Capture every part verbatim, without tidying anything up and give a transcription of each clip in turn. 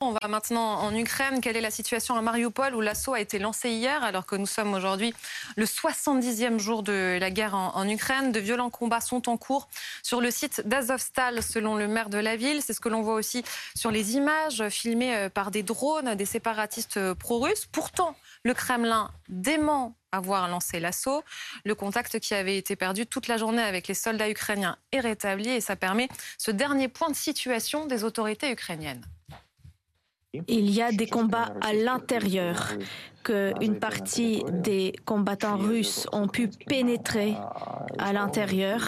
On va maintenant en Ukraine. Quelle est la situation à Mariupol où l'assaut a été lancé hier alors que nous sommes aujourd'hui le soixante-dixième jour de la guerre en, en Ukraine. De violents combats sont en cours sur le site d'Azovstal selon le maire de la ville. C'est ce que l'on voit aussi sur les images filmées par des drones des séparatistes pro-russes. Pourtant, le Kremlin dément avoir lancé l'assaut. Le contact qui avait été perdu toute la journée avec les soldats ukrainiens est rétabli et ça permet ce dernier point de situation des autorités ukrainiennes. Il y a des combats à l'intérieur, qu'une partie des combattants russes ont pu pénétrer à l'intérieur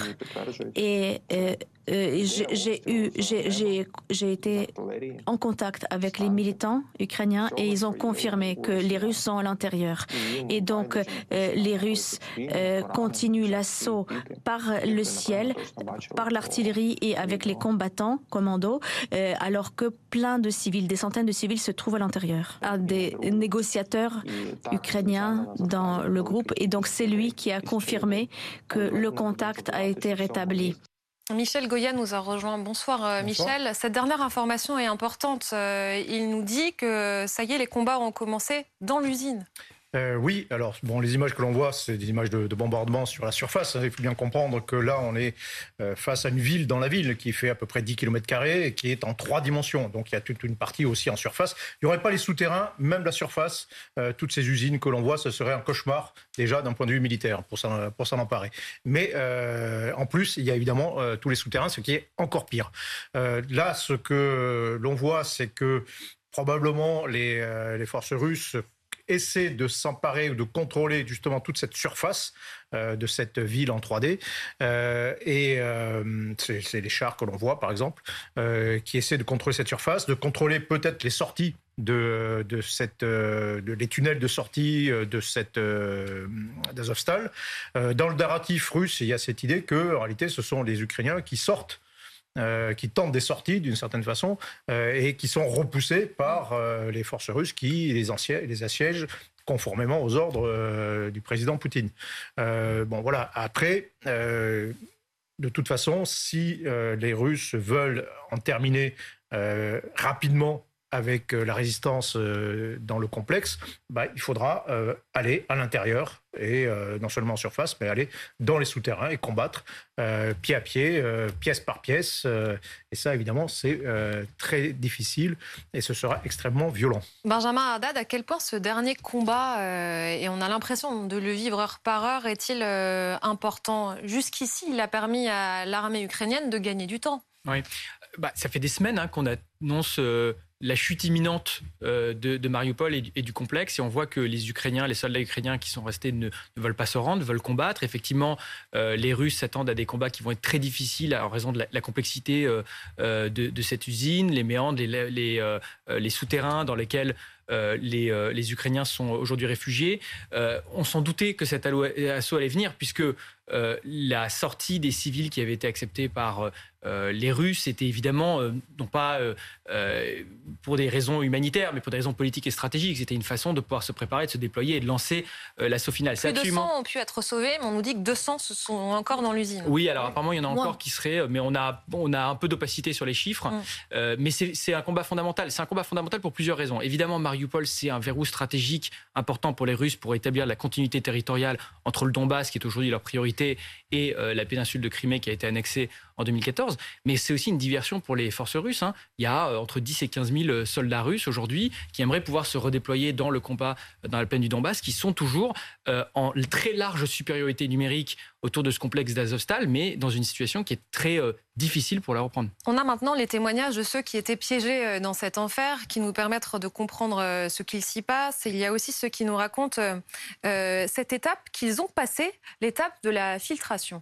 et euh, euh, j'ai eu, j'ai, j'ai, j'ai été en contact avec les militants ukrainiens et ils ont confirmé que les Russes sont à l'intérieur. Et donc euh, les Russes euh, continuent l'assaut par le ciel, par l'artillerie et avec les combattants commandos, euh, alors que plein de civils, des centaines de civils se trouvent à l'intérieur. Un des négociateurs ukrainien dans le groupe et donc c'est lui qui a confirmé que le contact a été rétabli. Michel Goya nous a rejoint. Bonsoir, Bonsoir Michel. Cette dernière information est importante. Il nous dit que ça y est, les combats ont commencé dans l'usine. Euh, oui, alors bon, les images que l'on voit, c'est des images de, de bombardement sur la surface. Il faut bien comprendre que là, on est euh, face à une ville dans la ville qui fait à peu près dix kilomètres carrés et qui est en trois dimensions. Donc il y a toute une partie aussi en surface. Il n'y aurait pas les souterrains, même la surface. Euh, toutes ces usines que l'on voit, ce serait un cauchemar déjà d'un point de vue militaire pour s'en, pour s'en emparer. Mais euh, en plus, il y a évidemment euh, tous les souterrains, ce qui est encore pire. Euh, là, ce que l'on voit, c'est que probablement les, euh, les forces russes essaie de s'emparer ou de contrôler justement toute cette surface euh, de cette ville en trois D. Euh, et euh, c'est, c'est les chars que l'on voit, par exemple, euh, qui essaient de contrôler cette surface, de contrôler peut-être les sorties de, de, cette, euh, de les tunnels de sortie de cette euh, d'Azovstal. Euh, dans le narratif russe, il y a cette idée que, en réalité, ce sont les Ukrainiens qui sortent Euh, qui tentent des sorties d'une certaine façon euh, et qui sont repoussés par euh, les forces russes qui les, assiègent, les assiègent conformément aux ordres euh, du président Poutine. Euh, bon voilà, après, euh, de toute façon, si euh, les Russes veulent en terminer euh, rapidement avec euh, la résistance euh, dans le complexe, bah, il faudra euh, aller à l'intérieur et euh, non seulement en surface, mais aller dans les souterrains et combattre euh, pied à pied, euh, pièce par pièce. Euh, et ça, évidemment, c'est euh, très difficile et ce sera extrêmement violent. Benjamin Haddad, à quel point ce dernier combat, euh, et on a l'impression de le vivre heure par heure, est-il euh, important? Jusqu'ici, il a permis à l'armée ukrainienne de gagner du temps. Oui, bah, ça fait des semaines hein, qu'on annonce euh, la chute imminente euh, de, de Mariupol et, et du complexe. Et on voit que les Ukrainiens, les soldats ukrainiens qui sont restés ne, ne veulent pas se rendre, veulent combattre. Effectivement, euh, les Russes s'attendent à des combats qui vont être très difficiles en raison de la, la complexité euh, euh, de, de cette usine, les méandres, les, les, euh, les souterrains dans lesquels Euh, les, euh, les Ukrainiens sont aujourd'hui réfugiés. Euh, on s'en doutait que cet assaut allait venir puisque euh, la sortie des civils qui avait été acceptée par euh, les Russes était évidemment, euh, non pas euh, euh, pour des raisons humanitaires, mais pour des raisons politiques et stratégiques. C'était une façon de pouvoir se préparer, de se déployer et de lancer euh, l'assaut final. Plus de absolument... deux cents ont pu être sauvés, mais on nous dit que deux cents sont encore dans l'usine. Oui, alors apparemment, il y en a encore Moins. qui seraient, mais on a, on a un peu d'opacité sur les chiffres. Mm. Euh, mais c'est, c'est un combat fondamental. C'est un combat fondamental pour plusieurs raisons. Évidemment, Mariupol, c'est un verrou stratégique important pour les Russes pour établir la continuité territoriale entre le Donbass, qui est aujourd'hui leur priorité, et euh, la péninsule de Crimée qui a été annexée en deux mille quatorze. Mais c'est aussi une diversion pour les forces russes. Hein. Il y a euh, entre dix et quinze mille soldats russes aujourd'hui qui aimeraient pouvoir se redéployer dans le combat dans la plaine du Donbass, qui sont toujours euh, en très large supériorité numérique autour de ce complexe d'Azovstal, mais dans une situation qui est très euh, difficile pour la reprendre. On a maintenant les témoignages de ceux qui étaient piégés dans cet enfer, qui nous permettent de comprendre ce qu'il s'y passe. Et il y a aussi ceux qui nous racontent euh, cette étape qu'ils ont passée, l'étape de la filtration.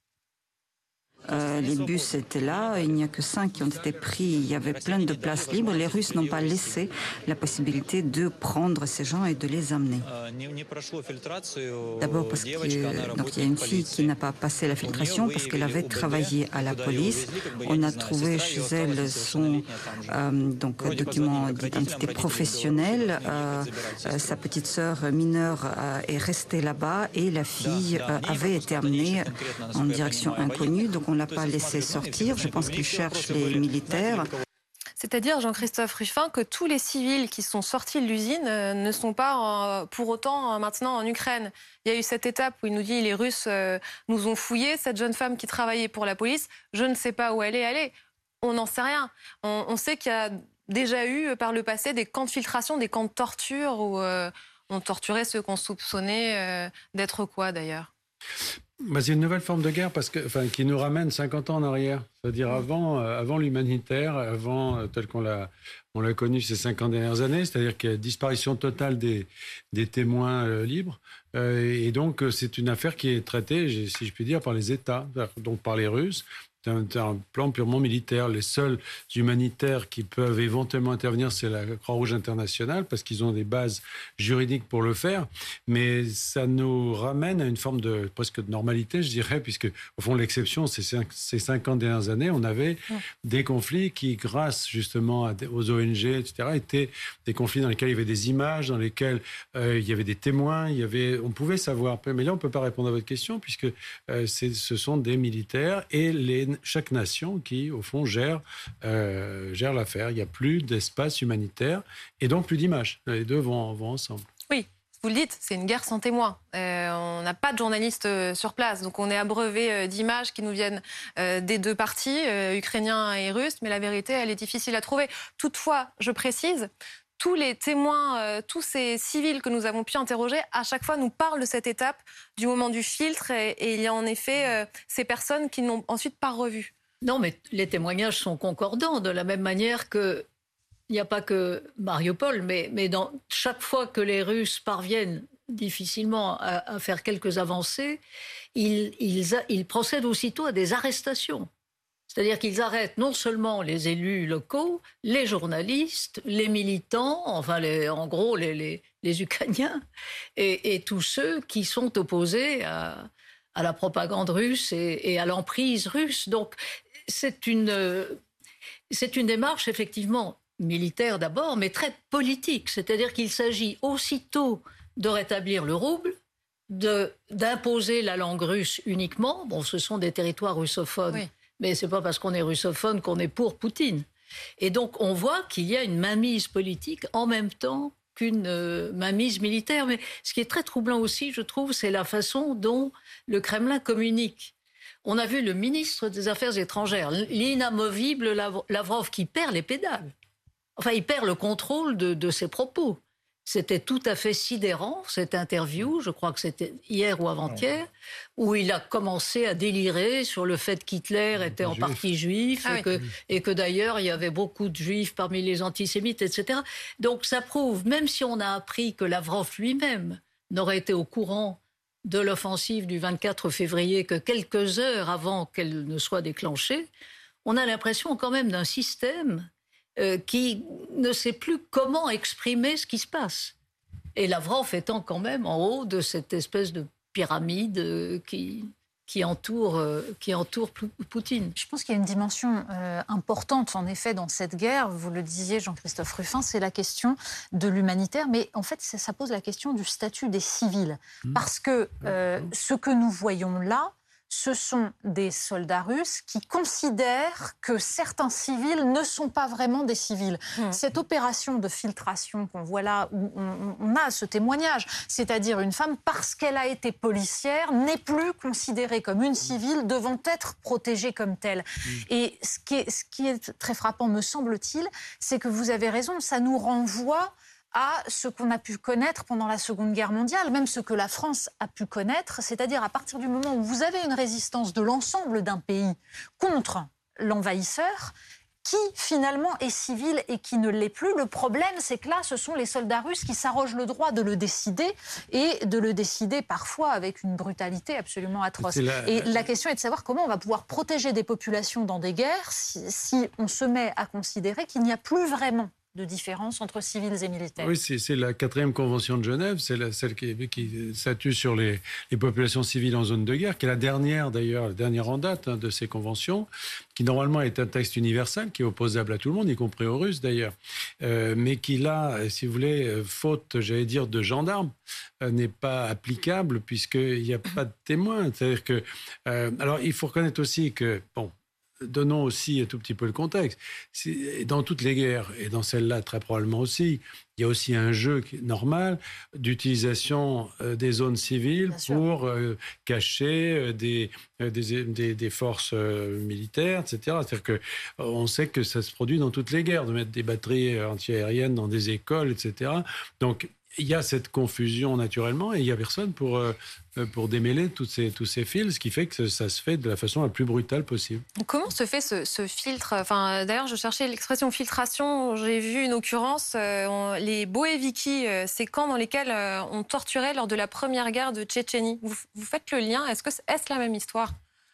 Euh, les bus étaient là, il n'y a que cinq qui ont été pris, il y avait plein de places libres. Les Russes n'ont pas laissé la possibilité de prendre ces gens et de les amener. D'abord parce qu'il y a une fille qui n'a pas passé la filtration parce qu'elle avait travaillé à la police. On a trouvé chez elle son euh, donc, document d'identité professionnelle. Euh, euh, sa petite sœur mineure euh, est restée là-bas et la fille euh, avait été amenée en direction inconnue. Donc on ne l'a pas laissé sortir. Je pense qu'ils cherchent les militaires. C'est-à-dire, Jean-Christophe Rufin, que tous les civils qui sont sortis de l'usine euh, ne sont pas euh, pour autant euh, maintenant en Ukraine. Il y a eu cette étape où il nous dit les Russes euh, nous ont fouillés. Cette jeune femme qui travaillait pour la police, je ne sais pas où elle est allée. On n'en sait rien. On, on sait qu'il y a déjà eu par le passé des camps de filtration, des camps de torture où euh, on torturait ceux qu'on soupçonnait euh, d'être quoi d'ailleurs? Bah, c'est une nouvelle forme de guerre parce que, enfin, qui nous ramène cinquante ans en arrière. C'est-à-dire avant, euh, avant l'humanitaire, avant euh, tel qu'on l'a, on l'a connu ces cinquante dernières années, c'est-à-dire qu'il y a disparition totale des, des témoins euh, libres. Euh, et donc, euh, c'est une affaire qui est traitée, si je puis dire, par les États, donc par les Russes. C'est un, un plan purement militaire. Les seuls humanitaires qui peuvent éventuellement intervenir, c'est la Croix-Rouge internationale, parce qu'ils ont des bases juridiques pour le faire. Mais ça nous ramène à une forme de presque de normalité, je dirais, puisque au fond, l'exception, c'est ces cinquante dernières années, on avait ouais. des conflits qui, grâce justement à des, aux O N G, et cetera, étaient des conflits dans lesquels il y avait des images, dans lesquels euh, il y avait des témoins, il y avait, on pouvait savoir. Mais là, on ne peut pas répondre à votre question, puisque euh, c'est, ce sont des militaires et les chaque nation qui, au fond, gère, euh, gère l'affaire. Il n'y a plus d'espace humanitaire et donc plus d'images. Les deux vont, vont ensemble. Oui, vous le dites, c'est une guerre sans témoins. Euh, on n'a pas de journalistes euh, sur place, donc on est abreuvé euh, d'images qui nous viennent euh, des deux parties, euh, ukrainiens et russes, mais la vérité, elle est difficile à trouver. Toutefois, je précise, tous les témoins, euh, tous ces civils que nous avons pu interroger, à chaque fois nous parlent de cette étape du moment du filtre et, et il y a en effet euh, ces personnes qui n'ont ensuite pas revu. Non, mais les témoignages sont concordants de la même manière que il n'y a pas que Mariupol, mais, mais dans, chaque fois que les Russes parviennent difficilement à, à faire quelques avancées, ils, ils, a, ils procèdent aussitôt à des arrestations. C'est-à-dire qu'ils arrêtent non seulement les élus locaux, les journalistes, les militants, enfin les, en gros les, les, les Ukrainiens, et, et tous ceux qui sont opposés à, à la propagande russe et, et à l'emprise russe. Donc c'est une, c'est une démarche effectivement militaire d'abord, mais très politique. C'est-à-dire qu'il s'agit aussitôt de rétablir le rouble, de, d'imposer la langue russe uniquement. Bon, ce sont des territoires russophones. Oui. Mais ce n'est pas parce qu'on est russophone qu'on est pour Poutine. Et donc, on voit qu'il y a une mainmise politique en même temps qu'une euh, mainmise militaire. Mais ce qui est très troublant aussi, je trouve, c'est la façon dont le Kremlin communique. On a vu le ministre des Affaires étrangères, l'inamovible Lavrov, qui perd les pédales. Enfin, il perd le contrôle de, de ses propos. C'était tout à fait sidérant, cette interview, je crois que c'était hier ou avant-hier, où il a commencé à délirer sur le fait qu'Hitler était en partie juif, ah et, oui. que, et que d'ailleurs, il y avait beaucoup de juifs parmi les antisémites, et cetera. Donc ça prouve, même si on a appris que Lavrov lui-même n'aurait été au courant de l'offensive du vingt-quatre février que quelques heures avant qu'elle ne soit déclenchée, on a l'impression quand même d'un système Euh, qui ne sait plus comment exprimer ce qui se passe. Et Lavrov étant quand même en haut de cette espèce de pyramide euh, qui, qui, entoure, euh, qui entoure Poutine. Je pense qu'il y a une dimension euh, importante, en effet, dans cette guerre. Vous le disiez, Jean-Christophe Rufin, c'est la question de l'humanitaire. Mais en fait, ça, ça pose la question du statut des civils. Mmh. Parce que euh, ce que nous voyons là, ce sont des soldats russes qui considèrent que certains civils ne sont pas vraiment des civils. Mmh. Cette opération de filtration qu'on voit là, où on, on a ce témoignage, c'est-à-dire une femme, parce qu'elle a été policière, n'est plus considérée comme une civile, devant être protégée comme telle. Mmh. Et ce qui, est, ce qui est très frappant, me semble-t-il, c'est que vous avez raison, ça nous renvoie à ce qu'on a pu connaître pendant la Seconde Guerre mondiale, même ce que la France a pu connaître, c'est-à-dire à partir du moment où vous avez une résistance de l'ensemble d'un pays contre l'envahisseur, qui finalement est civil et qui ne l'est plus. Le problème, c'est que là, ce sont les soldats russes qui s'arrogent le droit de le décider et de le décider parfois avec une brutalité absolument atroce. La... Et la question est de savoir comment on va pouvoir protéger des populations dans des guerres si, si on se met à considérer qu'il n'y a plus vraiment de différence entre civils et militaires. Oui, c'est, c'est la quatrième convention de Genève, c'est la, celle qui, qui statue sur les, les populations civiles en zone de guerre, qui est la dernière d'ailleurs, la dernière en date hein, de ces conventions, qui normalement est un texte universel, qui est opposable à tout le monde, y compris aux Russes d'ailleurs, euh, mais qui là, si vous voulez, faute, j'allais dire, de gendarmes, euh, n'est pas applicable puisqu'il n'y a pas de témoins. C'est-à-dire que, euh, alors il faut reconnaître aussi que, bon, donnons aussi un tout petit peu le contexte. C'est, dans toutes les guerres, et dans celle-là très probablement aussi, il y a aussi un jeu normal d'utilisation euh, des zones civiles pour euh, cacher euh, des, euh, des, des, des forces euh, militaires, et cetera. C'est-à-dire que, euh, on sait que ça se produit dans toutes les guerres, de mettre des batteries antiaériennes dans des écoles, et cetera. Donc, il y a cette confusion naturellement et il n'y a personne pour, euh, pour démêler tous ces, tous ces fils, ce qui fait que ça se fait de la façon la plus brutale possible. Comment se fait ce, ce filtre? Enfin, d'ailleurs, je cherchais l'expression filtration. J'ai vu une occurrence, euh, on, les Boeviki, euh, ces camps dans lesquels euh, on torturait lors de la première guerre de Tchétchénie. Vous, vous faites le lien? Est-ce que est-ce la même histoire?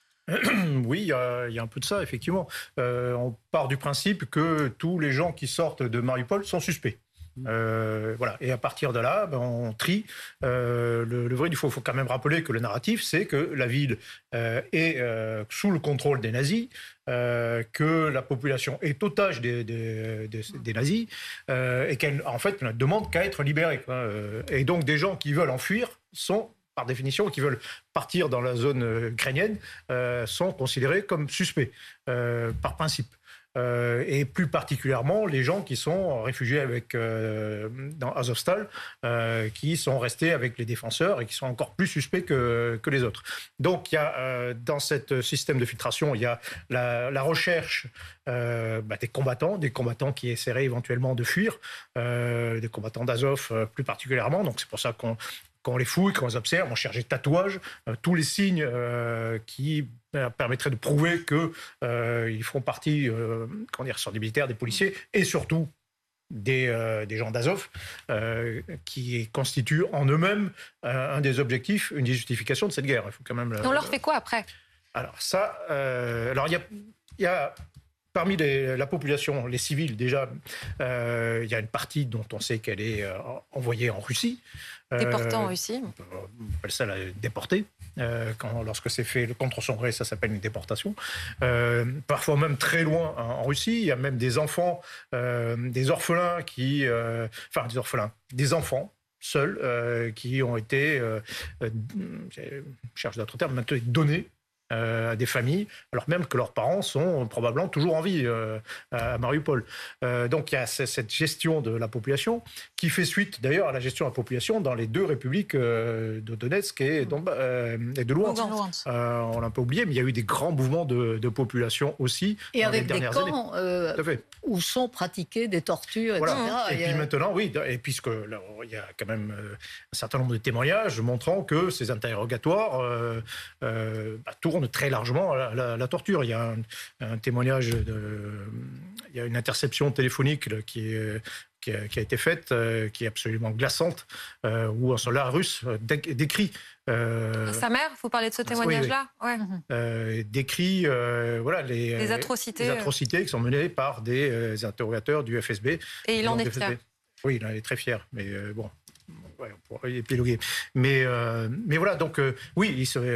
Oui, il y, a, il y a un peu de ça, effectivement. Euh, on part du principe que tous les gens qui sortent de Mariupol sont suspects. Euh, voilà. Et à partir de là, ben, on trie euh, le, le vrai du faux. Il faut quand même rappeler que le narratif, c'est que la ville euh, est euh, sous le contrôle des nazis, euh, que la population est otage des, des, des, des nazis, euh, et qu'elle, en fait, ne demande qu'à être libérée, quoi. Et donc, des gens qui veulent enfuir sont, par définition, qui veulent partir dans la zone ukrainienne, euh, sont considérés comme suspects, euh, par principe. Euh, et plus particulièrement les gens qui sont réfugiés avec, euh, dans Azovstal, euh, qui sont restés avec les défenseurs et qui sont encore plus suspects que, que les autres. Donc il y a, euh, dans ce système de filtration, il y a la, la recherche euh, bah, des combattants, des combattants qui essaieraient éventuellement de fuir, euh, des combattants d'Azov euh, plus particulièrement. Donc c'est pour ça qu'on Quand on les fouille, quand on les observe, on cherche des tatouages, euh, tous les signes euh, qui euh, permettraient de prouver qu'ils euh, font partie euh, comment dire, sur des militaires, des policiers, et surtout des, euh, des gens d'Azov, euh, qui constituent en eux-mêmes euh, un des objectifs, une des justifications de cette guerre. Il faut quand même. Et on leur fait quoi après? Alors ça, euh, alors il y a, y a parmi les, la population, les civils déjà, euh, il y a une partie dont on sait qu'elle est euh, envoyée en Russie. Déportée euh, en Russie. On appelle ça la déportée. Euh, quand, lorsque c'est fait contre son gré, ça s'appelle une déportation. Euh, parfois même très loin en, en Russie. Il y a même des enfants, euh, des orphelins qui... Euh, enfin, des orphelins, des enfants seuls euh, qui ont été, euh, euh, je cherche d'autres termes, maintenant donnés Euh, à des familles, alors même que leurs parents sont probablement toujours en vie euh, à Mariupol. Euh, donc il y a cette gestion de la population qui fait suite d'ailleurs à la gestion de la population dans les deux républiques euh, de Donetsk et, euh, et de Louhansk. Euh, on l'a un peu oublié, mais il y a eu des grands mouvements de, de population aussi. Et dans avec les des dernières camps euh, où sont pratiquées des tortures, voilà. et cetera. Et, et puis euh... maintenant, oui, et puisque là, il y a quand même un certain nombre de témoignages montrant que ces interrogatoires euh, euh, bah, tournent très largement à la, la, la torture. Il y a un, un témoignage, de, il y a une interception téléphonique là, qui, est, qui, a, qui a été faite, euh, qui est absolument glaçante, euh, où un soldat russe décrit... Euh, Sa mère, vous parlez de ce témoignage-là, oui, oui. Ouais. euh, décrit euh, voilà, les, les, atrocités, les atrocités qui sont menées par des euh, interrogateurs du F S B. Et il en est fier. Oui, il en est très fier, mais euh, bon... Ouais, on pourrait épiloguer. Mais, euh, mais voilà, donc euh, oui, il, se,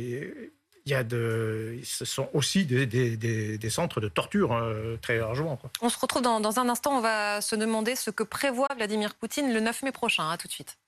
il y a de, ce sont aussi des, des, des, des centres de torture euh, très largement, quoi. On se retrouve dans, dans un instant, on va se demander ce que prévoit Vladimir Poutine le neuf mai prochain. À tout de suite.